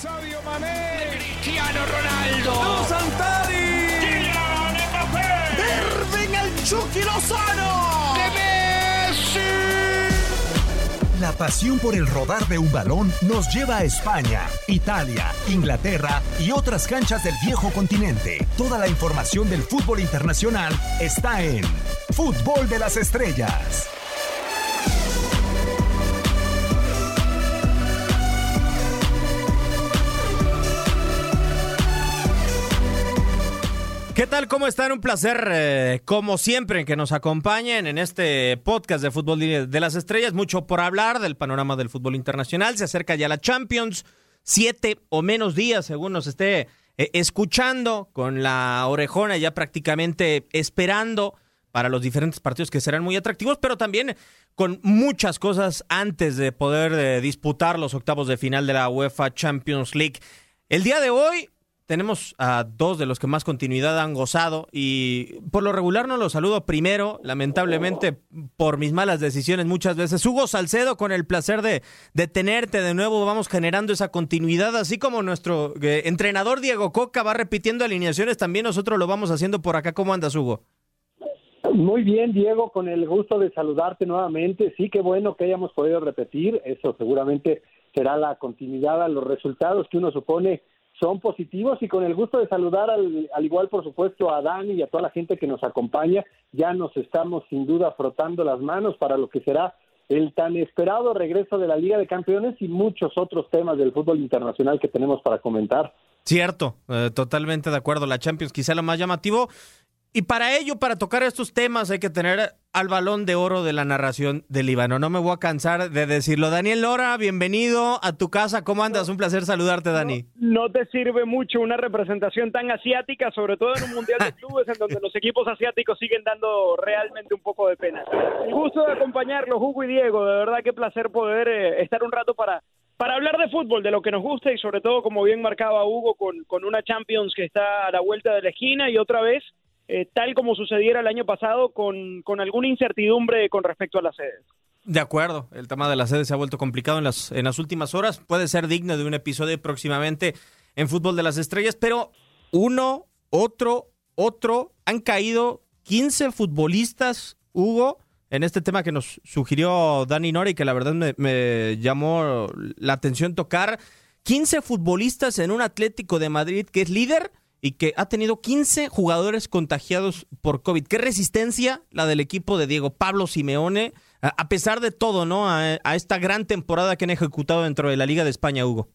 Sadio Mané, Cristiano Ronaldo, Santari, Kylian Mbappé, Irving el Chucky Lozano, Messi. La pasión por el rodar de un balón nos lleva a España, Italia, Inglaterra y otras canchas del viejo continente. Toda la información del fútbol internacional está en Fútbol de las Estrellas. ¿Qué tal? ¿Cómo están? Un placer, como siempre, que nos acompañen en este podcast de Fútbol de las Estrellas. Mucho por hablar del panorama del fútbol internacional. Se acerca ya la Champions, 7 o menos días, según nos esté escuchando, con la orejona ya prácticamente esperando para los diferentes partidos que serán muy atractivos, pero también con muchas cosas antes de poder disputar los octavos de final de la UEFA Champions League. El día de hoy tenemos a dos de los que más continuidad han gozado y por lo regular no los saludo primero, lamentablemente por mis malas decisiones muchas veces. Hugo Salcedo, con el placer de tenerte de nuevo, vamos generando esa continuidad, así como nuestro entrenador Diego Coca va repitiendo alineaciones, también nosotros lo vamos haciendo por acá. ¿Cómo andas, Hugo? Muy bien, Diego, con el gusto de saludarte nuevamente. Sí, qué bueno que hayamos podido repetir, eso seguramente será la continuidad a los resultados que uno supone son positivos, y con el gusto de saludar al igual, por supuesto, a Dani y a toda la gente que nos acompaña. Ya nos estamos sin duda frotando las manos para lo que será el tan esperado regreso de la Liga de Campeones y muchos otros temas del fútbol internacional que tenemos para comentar. Cierto, totalmente de acuerdo. La Champions quizá lo más llamativo. Y para ello, para tocar estos temas, hay que tener al Balón de Oro de la narración del Líbano. No me voy a cansar de decirlo. Daniel Lora, bienvenido a tu casa. ¿Cómo andas? Un placer saludarte, Dani. No te sirve mucho una representación tan asiática, sobre todo en un mundial de clubes en donde los equipos asiáticos siguen dando realmente un poco de pena. El gusto de acompañarlos, Hugo y Diego. De verdad, qué placer poder estar un rato para hablar de fútbol, de lo que nos gusta, y sobre todo, como bien marcaba Hugo, con una Champions que está a la vuelta de la esquina y otra vez, tal como sucediera el año pasado, con alguna incertidumbre con respecto a las sedes. De acuerdo, el tema de las sedes se ha vuelto complicado en las últimas horas, puede ser digno de un episodio próximamente en Fútbol de las Estrellas, pero uno, otro, han caído 15 futbolistas, Hugo, en este tema que nos sugirió Dani Nora y que la verdad me llamó la atención tocar. 15 futbolistas en un Atlético de Madrid que es líder y que ha tenido 15 jugadores contagiados por COVID. ¿Qué resistencia la del equipo de Diego Pablo Simeone, a pesar de todo, ¿no? A esta gran temporada que han ejecutado dentro de la Liga de España, Hugo?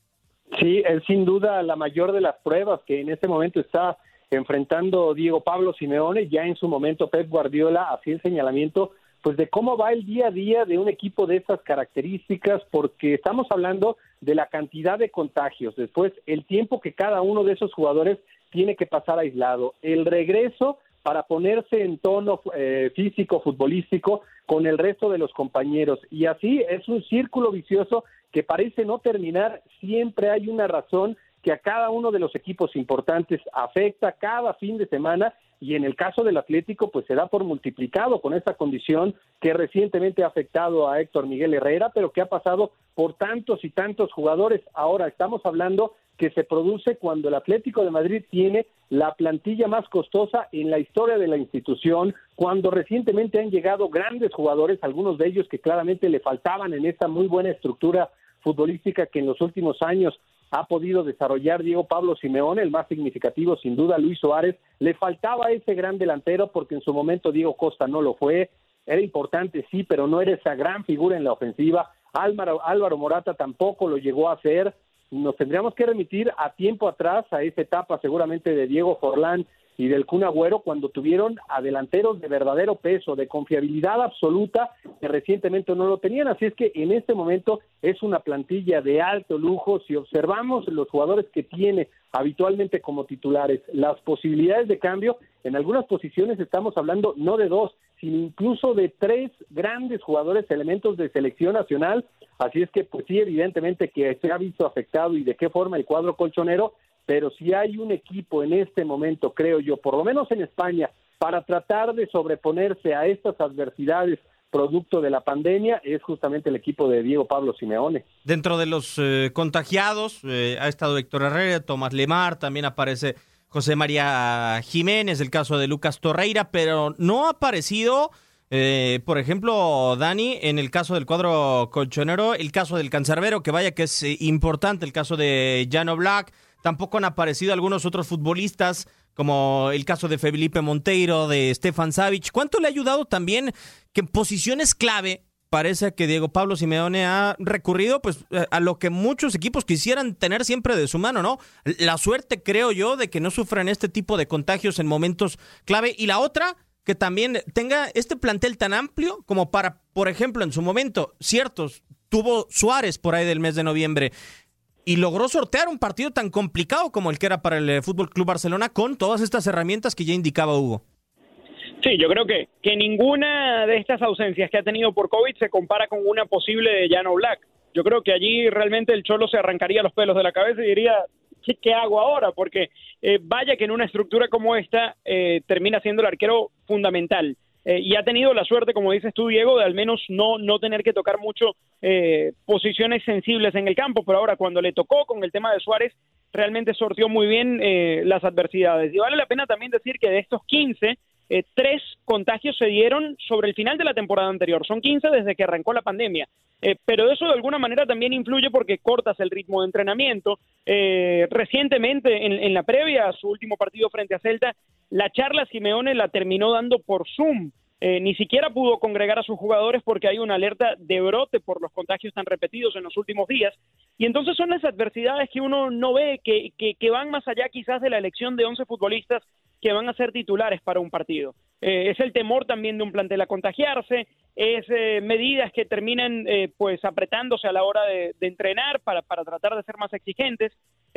Sí, es sin duda la mayor de las pruebas que en este momento está enfrentando Diego Pablo Simeone. Ya en su momento Pep Guardiola hacía el señalamiento pues de cómo va el día a día de un equipo de esas características, porque estamos hablando de la cantidad de contagios, después el tiempo que cada uno de esos jugadores tiene que pasar aislado, el regreso para ponerse en tono físico, futbolístico, con el resto de los compañeros, y así es un círculo vicioso que parece no terminar. Siempre hay una razón que a cada uno de los equipos importantes afecta cada fin de semana, y en el caso del Atlético pues se da por multiplicado con esta condición que recientemente ha afectado a Héctor Miguel Herrera, pero que ha pasado por tantos y tantos jugadores. Ahora estamos hablando que se produce cuando el Atlético de Madrid tiene la plantilla más costosa en la historia de la institución, cuando recientemente han llegado grandes jugadores, algunos de ellos que claramente le faltaban en esta muy buena estructura futbolística que en los últimos años ha podido desarrollar Diego Pablo Simeone. El más significativo sin duda Luis Suárez. Le faltaba ese gran delantero porque en su momento Diego Costa no lo fue, era importante sí, pero no era esa gran figura en la ofensiva. Álvaro Morata tampoco lo llegó a hacer. Nos tendríamos que remitir a tiempo atrás, a esa etapa seguramente de Diego Forlán y del Kun Agüero, cuando tuvieron a delanteros de verdadero peso, de confiabilidad absoluta, que recientemente no lo tenían. Así es que en este momento es una plantilla de alto lujo. Si observamos los jugadores que tiene habitualmente como titulares, las posibilidades de cambio, en algunas posiciones estamos hablando no de 2, sino incluso de 3 grandes jugadores, elementos de selección nacional. Así es que pues sí, evidentemente que se ha visto afectado, y de qué forma, el cuadro colchonero. Pero si hay un equipo en este momento, creo yo, por lo menos en España, para tratar de sobreponerse a estas adversidades producto de la pandemia es justamente el equipo de Diego Pablo Simeone. Dentro de los contagiados ha estado Héctor Herrera, Tomás Lemar, también aparece José María Jiménez, el caso de Lucas Torreira, pero no ha aparecido, por ejemplo, Dani, en el caso del cuadro colchonero, el caso del Cancerbero, que vaya que es importante, el caso de Jan Oblak. Tampoco han aparecido algunos otros futbolistas, como el caso de Felipe Monteiro, de Stefan Savic. ¿Cuánto le ha ayudado también que en posiciones clave parece que Diego Pablo Simeone ha recurrido pues a lo que muchos equipos quisieran tener siempre de su mano, ¿no? La suerte, creo yo, de que no sufran este tipo de contagios en momentos clave. Y la otra, que también tenga este plantel tan amplio como para, por ejemplo, en su momento, tuvo Suárez por ahí del mes de noviembre, y logró sortear un partido tan complicado como el que era para el FC Barcelona con todas estas herramientas que ya indicaba Hugo. Sí, yo creo que ninguna de estas ausencias que ha tenido por COVID se compara con una posible de Jan Oblak. Yo creo que allí realmente el Cholo se arrancaría los pelos de la cabeza y diría, ¿qué hago ahora? Porque vaya que en una estructura como esta termina siendo el arquero fundamental. Y ha tenido la suerte, como dices tú, Diego, de al menos no tener que tocar mucho posiciones sensibles en el campo, pero ahora cuando le tocó con el tema de Suárez, realmente sorteó muy bien las adversidades. Y vale la pena también decir que de estos 15, 3 contagios se dieron sobre el final de la temporada anterior. Son 15 desde que arrancó la pandemia. Pero eso de alguna manera también influye porque cortas el ritmo de entrenamiento. Recientemente, en la previa a su último partido frente a Celta, la charla Simeone la terminó dando por Zoom. Ni siquiera pudo congregar a sus jugadores porque hay una alerta de brote por los contagios tan repetidos en los últimos días. Y entonces son las adversidades que uno no ve, que van más allá quizás de la elección de 11 futbolistas que van a ser titulares para un partido. Es el temor también de un plantel a contagiarse, es medidas que terminan pues apretándose a la hora de entrenar para tratar de ser más exigentes.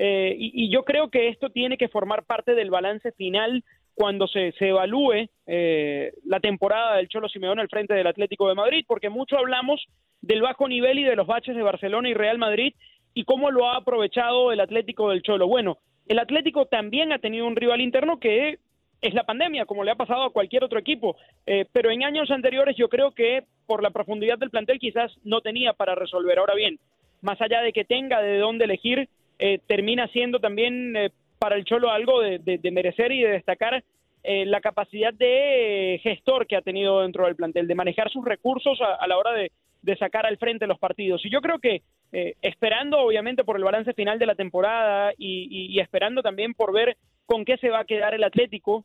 Y yo creo que esto tiene que formar parte del balance final cuando se evalúe la temporada del Cholo Simeone al frente del Atlético de Madrid, porque mucho hablamos del bajo nivel y de los baches de Barcelona y Real Madrid y cómo lo ha aprovechado el Atlético del Cholo. Bueno, el Atlético también ha tenido un rival interno que es la pandemia, como le ha pasado a cualquier otro equipo, pero en años anteriores yo creo que por la profundidad del plantel quizás no tenía para resolver. Ahora bien, más allá de que tenga de dónde elegir, termina siendo también para el Cholo algo de merecer y de destacar la capacidad de gestor que ha tenido dentro del plantel, de manejar sus recursos a la hora de sacar al frente los partidos. Y yo creo que esperando obviamente por el balance final de la temporada y esperando también por ver con qué se va a quedar el Atlético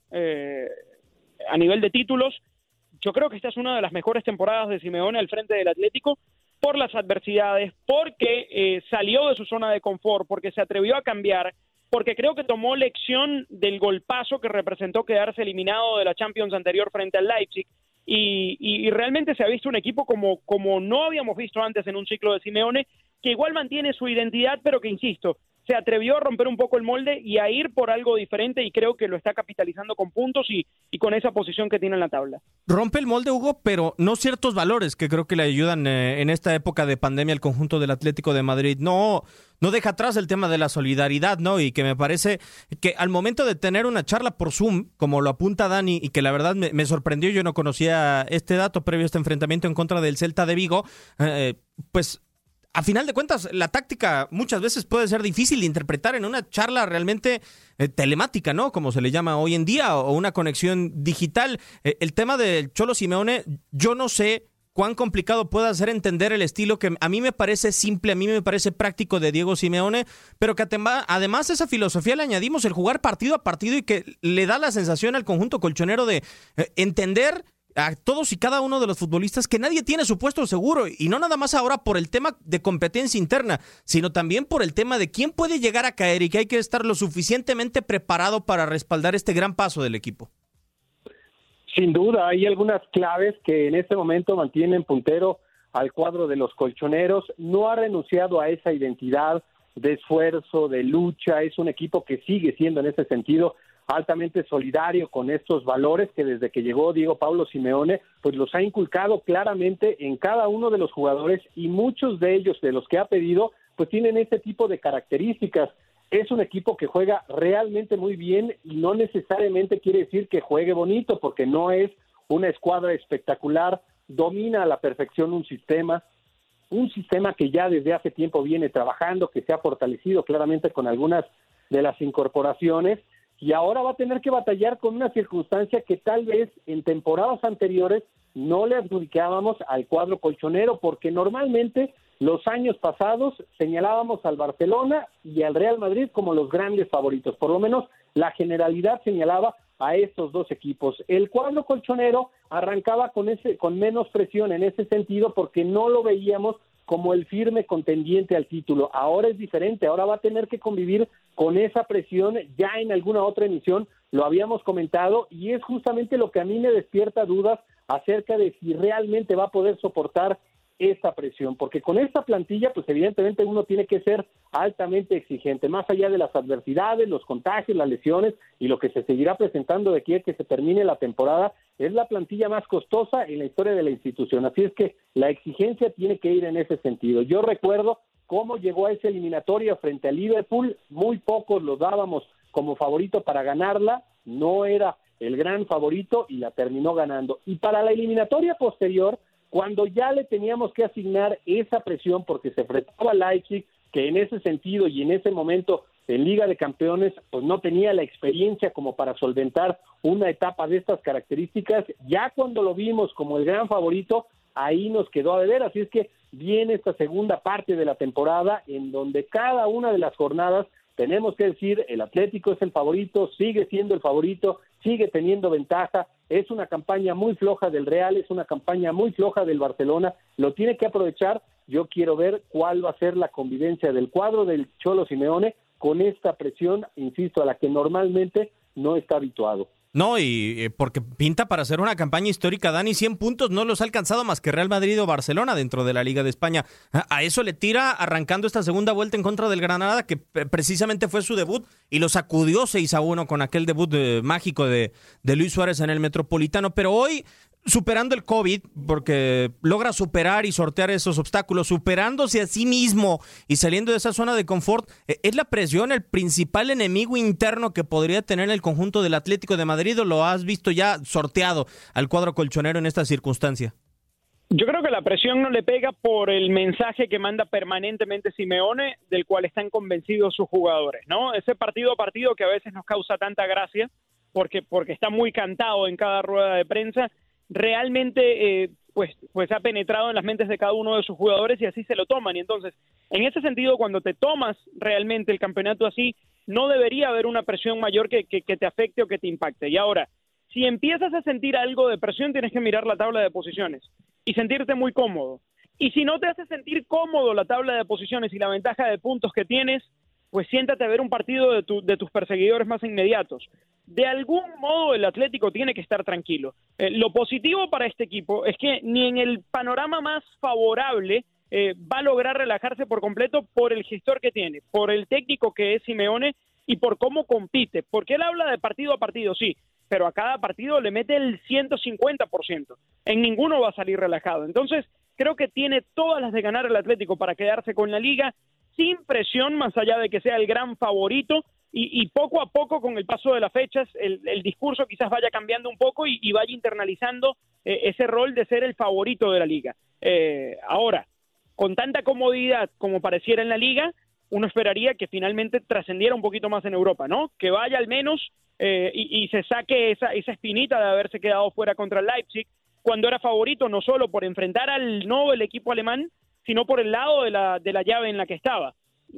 a nivel de títulos, yo creo que esta es una de las mejores temporadas de Simeone al frente del Atlético por las adversidades, porque salió de su zona de confort, porque se atrevió a cambiar, porque creo que tomó lección del golpazo que representó quedarse eliminado de la Champions anterior frente al Leipzig, y realmente se ha visto un equipo como no habíamos visto antes en un ciclo de Simeone, que igual mantiene su identidad, pero que, insisto, se atrevió a romper un poco el molde y a ir por algo diferente, y creo que lo está capitalizando con puntos y con esa posición que tiene en la tabla. Rompe el molde, Hugo, pero no ciertos valores que creo que le ayudan en esta época de pandemia al conjunto del Atlético de Madrid. No deja atrás el tema de la solidaridad, ¿no? Y que me parece que al momento de tener una charla por Zoom, como lo apunta Dani, y que la verdad me sorprendió, yo no conocía este dato previo a este enfrentamiento en contra del Celta de Vigo, pues a final de cuentas, la táctica muchas veces puede ser difícil de interpretar en una charla realmente telemática, ¿no? Como se le llama hoy en día, o una conexión digital. El tema del Cholo Simeone, yo no sé cuán complicado pueda ser entender el estilo que a mí me parece simple, a mí me parece práctico de Diego Simeone, pero que además a esa filosofía le añadimos el jugar partido a partido y que le da la sensación al conjunto colchonero de entender a todos y cada uno de los futbolistas que nadie tiene su puesto seguro, y no nada más ahora por el tema de competencia interna, sino también por el tema de quién puede llegar a caer y que hay que estar lo suficientemente preparado para respaldar este gran paso del equipo. Sin duda, hay algunas claves que en este momento mantienen puntero al cuadro de los colchoneros. No ha renunciado a esa identidad de esfuerzo, de lucha. Es un equipo que sigue siendo en ese sentido altamente solidario con estos valores que desde que llegó Diego Pablo Simeone pues los ha inculcado claramente en cada uno de los jugadores, y muchos de ellos, de los que ha pedido, pues tienen este tipo de características. Es un equipo que juega realmente muy bien, y no necesariamente quiere decir que juegue bonito, porque no es una escuadra espectacular domina a la perfección un sistema que ya desde hace tiempo viene trabajando, que se ha fortalecido claramente con algunas de las incorporaciones, y ahora va a tener que batallar con una circunstancia que tal vez en temporadas anteriores no le adjudicábamos al cuadro colchonero, porque normalmente los años pasados señalábamos al Barcelona y al Real Madrid como los grandes favoritos, por lo menos la generalidad señalaba a estos dos equipos. El cuadro colchonero arrancaba con menos presión en ese sentido porque no lo veíamos como el firme contendiente al título. Ahora es diferente, ahora va a tener que convivir con esa presión. Ya en alguna otra emisión lo habíamos comentado y es justamente lo que a mí me despierta dudas acerca de si realmente va a poder soportar esta presión, porque con esta plantilla pues evidentemente uno tiene que ser altamente exigente, más allá de las adversidades, los contagios, las lesiones y lo que se seguirá presentando de aquí a que se termine la temporada. Es la plantilla más costosa en la historia de la institución, así es que la exigencia tiene que ir en ese sentido. Yo recuerdo cómo llegó a esa eliminatoria frente a Liverpool, muy pocos lo dábamos como favorito para ganarla, no era el gran favorito y la terminó ganando. Y para la eliminatoria posterior, cuando ya le teníamos que asignar esa presión porque se enfrentaba a Leipzig, que en ese sentido y en ese momento en Liga de Campeones pues no tenía la experiencia como para solventar una etapa de estas características, ya cuando lo vimos como el gran favorito, ahí nos quedó a deber, así es que viene esta segunda parte de la temporada en donde cada una de las jornadas tenemos que decir, el Atlético es el favorito, sigue siendo el favorito, sigue teniendo ventaja, es una campaña muy floja del Real, es una campaña muy floja del Barcelona, lo tiene que aprovechar. Yo quiero ver cuál va a ser la convivencia del cuadro del Cholo Simeone con esta presión, insisto, a la que normalmente no está habituado. No, y porque pinta para hacer una campaña histórica, Dani, 100 puntos no los ha alcanzado más que Real Madrid o Barcelona dentro de la Liga de España. A eso le tira arrancando esta segunda vuelta en contra del Granada, que precisamente fue su debut y lo sacudió 6-1 con aquel debut mágico de Luis Suárez en el Metropolitano. Pero hoy, superando el COVID, porque logra superar y sortear esos obstáculos, superándose a sí mismo y saliendo de esa zona de confort, ¿es la presión el principal enemigo interno que podría tener el conjunto del Atlético de Madrid o lo has visto ya sorteado al cuadro colchonero en esta circunstancia? Yo creo que la presión no le pega por el mensaje que manda permanentemente Simeone, del cual están convencidos sus jugadores, ¿no? Ese partido a partido que a veces nos causa tanta gracia, porque está muy cantado en cada rueda de prensa, realmente pues ha penetrado en las mentes de cada uno de sus jugadores y así se lo toman. Y entonces, en ese sentido, cuando te tomas realmente el campeonato así, no debería haber una presión mayor que te afecte o que te impacte. Y ahora, si empiezas a sentir algo de presión, tienes que mirar la tabla de posiciones y sentirte muy cómodo. Y si no te hace sentir cómodo la tabla de posiciones y la ventaja de puntos que tienes, pues siéntate a ver un partido de tus perseguidores más inmediatos. De algún modo el Atlético tiene que estar tranquilo. Lo positivo para este equipo es que ni en el panorama más favorable va a lograr relajarse por completo por el gestor que tiene, por el técnico que es Simeone y por cómo compite. Porque él habla de partido a partido, sí, pero a cada partido le mete el 150%. En ninguno va a salir relajado. Entonces, creo que tiene todas las de ganar el Atlético para quedarse con la Liga sin presión, más allá de que sea el gran favorito, y poco a poco, con el paso de las fechas, el discurso quizás vaya cambiando un poco y vaya internalizando ese rol de ser el favorito de la Liga. Ahora, con tanta comodidad como pareciera en la Liga, uno esperaría que finalmente trascendiera un poquito más en Europa, ¿no? Que vaya al menos y se saque esa espinita de haberse quedado fuera contra el Leipzig, cuando era favorito no solo por enfrentar al el equipo alemán, sino por el lado de la llave en la que estaba.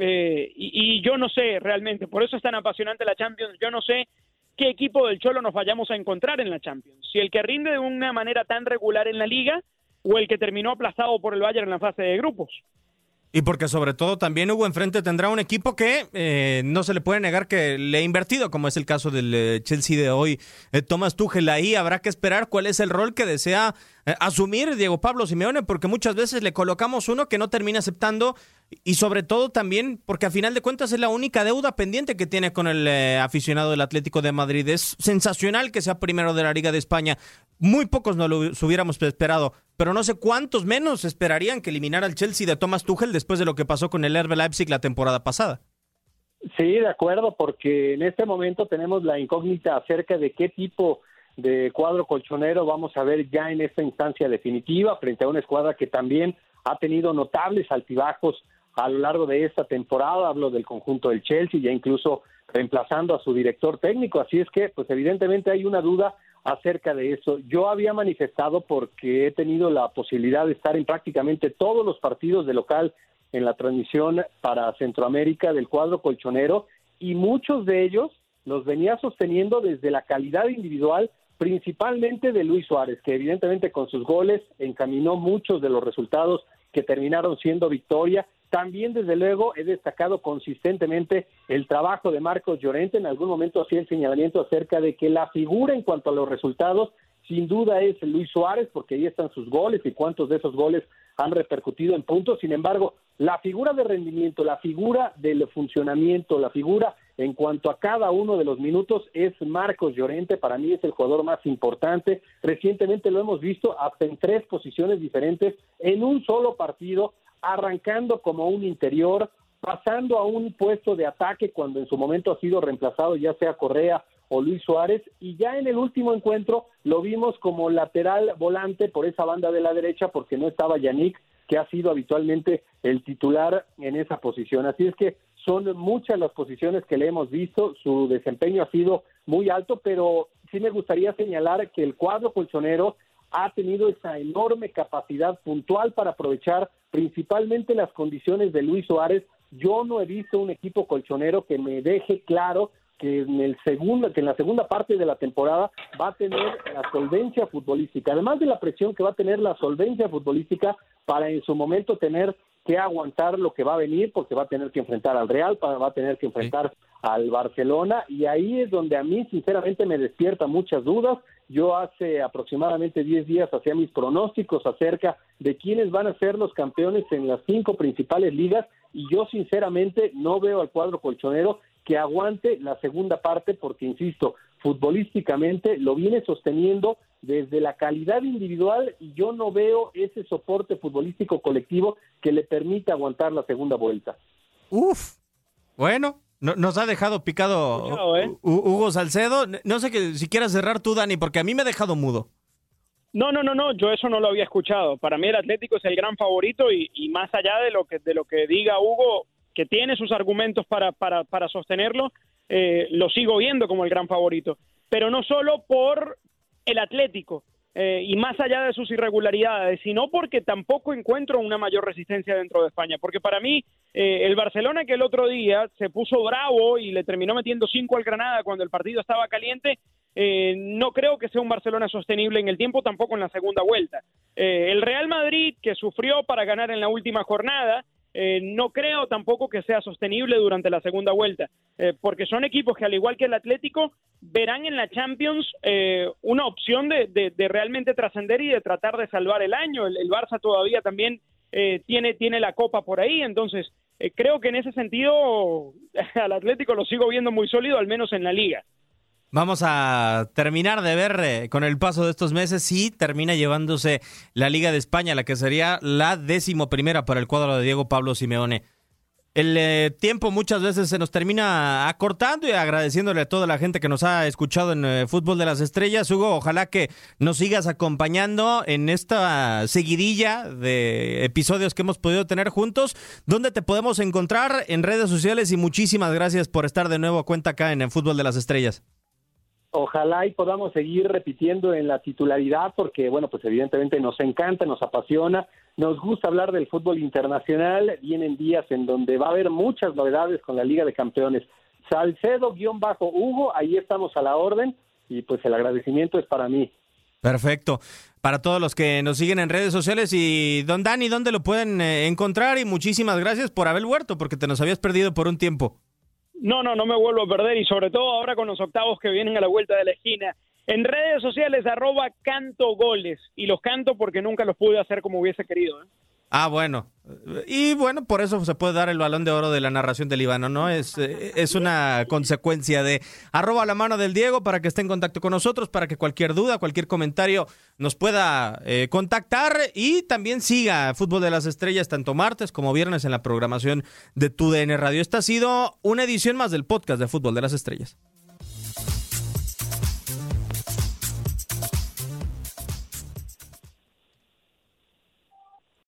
Y yo no sé realmente, por eso es tan apasionante la Champions, yo no sé qué equipo del Cholo nos vayamos a encontrar en la Champions, si el que rinde de una manera tan regular en la Liga o el que terminó aplastado por el Bayern en la fase de grupos. Y porque sobre todo también Hugo enfrente tendrá un equipo que no se le puede negar que le ha invertido, como es el caso del Chelsea de hoy. Thomas Tuchel, ahí habrá que esperar cuál es el rol que desea asumir Diego Pablo Simeone, porque muchas veces le colocamos uno que no termina aceptando y sobre todo también porque a final de cuentas es la única deuda pendiente que tiene con el aficionado del Atlético de Madrid. Es sensacional que sea primero de la Liga de España. Muy pocos no lo hubiéramos esperado, pero no sé cuántos menos esperarían que eliminara al Chelsea de Thomas Tuchel después de lo que pasó con el RB Leipzig la temporada pasada. Sí, de acuerdo, porque en este momento tenemos la incógnita acerca de qué tipo de cuadro colchonero vamos a ver ya en esta instancia definitiva, frente a una escuadra que también ha tenido notables altibajos a lo largo de esta temporada. Hablo del conjunto del Chelsea, ya incluso reemplazando a su director técnico, así es que pues evidentemente hay una duda acerca de eso. Yo había manifestado, porque he tenido la posibilidad de estar en prácticamente todos los partidos de local en la transmisión para Centroamérica del cuadro colchonero, y muchos de ellos los venía sosteniendo desde la calidad individual, principalmente de Luis Suárez, que evidentemente con sus goles encaminó muchos de los resultados que terminaron siendo victoria. También, desde luego, he destacado consistentemente el trabajo de Marcos Llorente. En algún momento hacía el señalamiento acerca de que la figura en cuanto a los resultados, sin duda, es Luis Suárez, porque ahí están sus goles y cuántos de esos goles han repercutido en puntos. Sin embargo, la figura de rendimiento, la figura del funcionamiento, la figura en cuanto a cada uno de los minutos es Marcos Llorente. Para mí es el jugador más importante. Recientemente lo hemos visto hasta en 3 posiciones diferentes en un solo partido, arrancando como un interior, pasando a un puesto de ataque cuando en su momento ha sido reemplazado ya sea Correa o Luis Suárez, y ya en el último encuentro lo vimos como lateral volante por esa banda de la derecha porque no estaba Yannick, que ha sido habitualmente el titular en esa posición. Así es que son muchas las posiciones que le hemos visto, su desempeño ha sido muy alto, pero sí me gustaría señalar que el cuadro colchonero ha tenido esa enorme capacidad puntual para aprovechar principalmente las condiciones de Luis Suárez. Yo no he visto un equipo colchonero que me deje claro que en la segunda parte de la temporada va a tener la solvencia futbolística, además de la presión que va a tener la solvencia futbolística para en su momento tener que aguantar lo que va a venir, porque va a tener que enfrentar al Real, va a tener que enfrentar al Barcelona, y ahí es donde a mí sinceramente me despierta muchas dudas. Yo hace aproximadamente 10 días hacía mis pronósticos acerca de quiénes van a ser los campeones en las 5 principales ligas, y yo sinceramente no veo al cuadro colchonero que aguante la segunda parte, porque insisto, futbolísticamente lo viene sosteniendo desde la calidad individual, y yo no veo ese soporte futbolístico colectivo que le permita aguantar la segunda vuelta. Bueno, nos ha dejado picado Hugo Salcedo. No sé si quieras cerrar tú, Dani, porque a mí me ha dejado mudo. No, yo eso no lo había escuchado. Para mí el Atlético es el gran favorito, y más allá de lo que diga Hugo, que tiene sus argumentos para sostenerlo, lo sigo viendo como el gran favorito. Pero no solo por el Atlético, y más allá de sus irregularidades, sino porque tampoco encuentro una mayor resistencia dentro de España. Porque para mí, el Barcelona, que el otro día se puso bravo y le terminó metiendo 5 al Granada cuando el partido estaba caliente, no creo que sea un Barcelona sostenible en el tiempo, tampoco en la segunda vuelta. El Real Madrid, que sufrió para ganar en la última jornada, no creo tampoco que sea sostenible durante la segunda vuelta, porque son equipos que, al igual que el Atlético, verán en la Champions una opción de realmente trascender y de tratar de salvar el año. El Barça todavía también tiene la Copa por ahí, entonces creo que en ese sentido al Atlético lo sigo viendo muy sólido, al menos en la Liga. Vamos a terminar de ver con el paso de estos meses si termina llevándose la Liga de España, la que sería la 11ª para el cuadro de Diego Pablo Simeone. El tiempo muchas veces se nos termina acortando, y agradeciéndole a toda la gente que nos ha escuchado en Fútbol de las Estrellas. Hugo, ojalá que nos sigas acompañando en esta seguidilla de episodios que hemos podido tener juntos. ¿Dónde te podemos encontrar en redes sociales? Y muchísimas gracias por estar de nuevo a cuenta acá en Fútbol de las Estrellas. Ojalá y podamos seguir repitiendo en la titularidad, porque, bueno, pues evidentemente nos encanta, nos apasiona, nos gusta hablar del fútbol internacional. Vienen días en donde va a haber muchas novedades con la Liga de Campeones. Salcedo-Hugo, ahí estamos a la orden, y pues el agradecimiento es para mí. Perfecto. Para todos los que nos siguen en redes sociales. Y don Dani, ¿dónde lo pueden encontrar? Y muchísimas gracias por haber vuelto, porque te nos habías perdido por un tiempo. No me vuelvo a perder, y sobre todo ahora con los octavos que vienen a la vuelta de la esquina. En redes sociales, @cantogoles, y los canto porque nunca los pude hacer como hubiese querido. Ah, bueno. Y bueno, por eso se puede dar el Balón de Oro de la narración del Líbano, ¿no? Es una consecuencia de @lamanodel_Diego, para que esté en contacto con nosotros, para que cualquier duda, cualquier comentario nos pueda contactar, y también siga Fútbol de las Estrellas tanto martes como viernes en la programación de TUDN Radio. Esta ha sido una edición más del podcast de Fútbol de las Estrellas.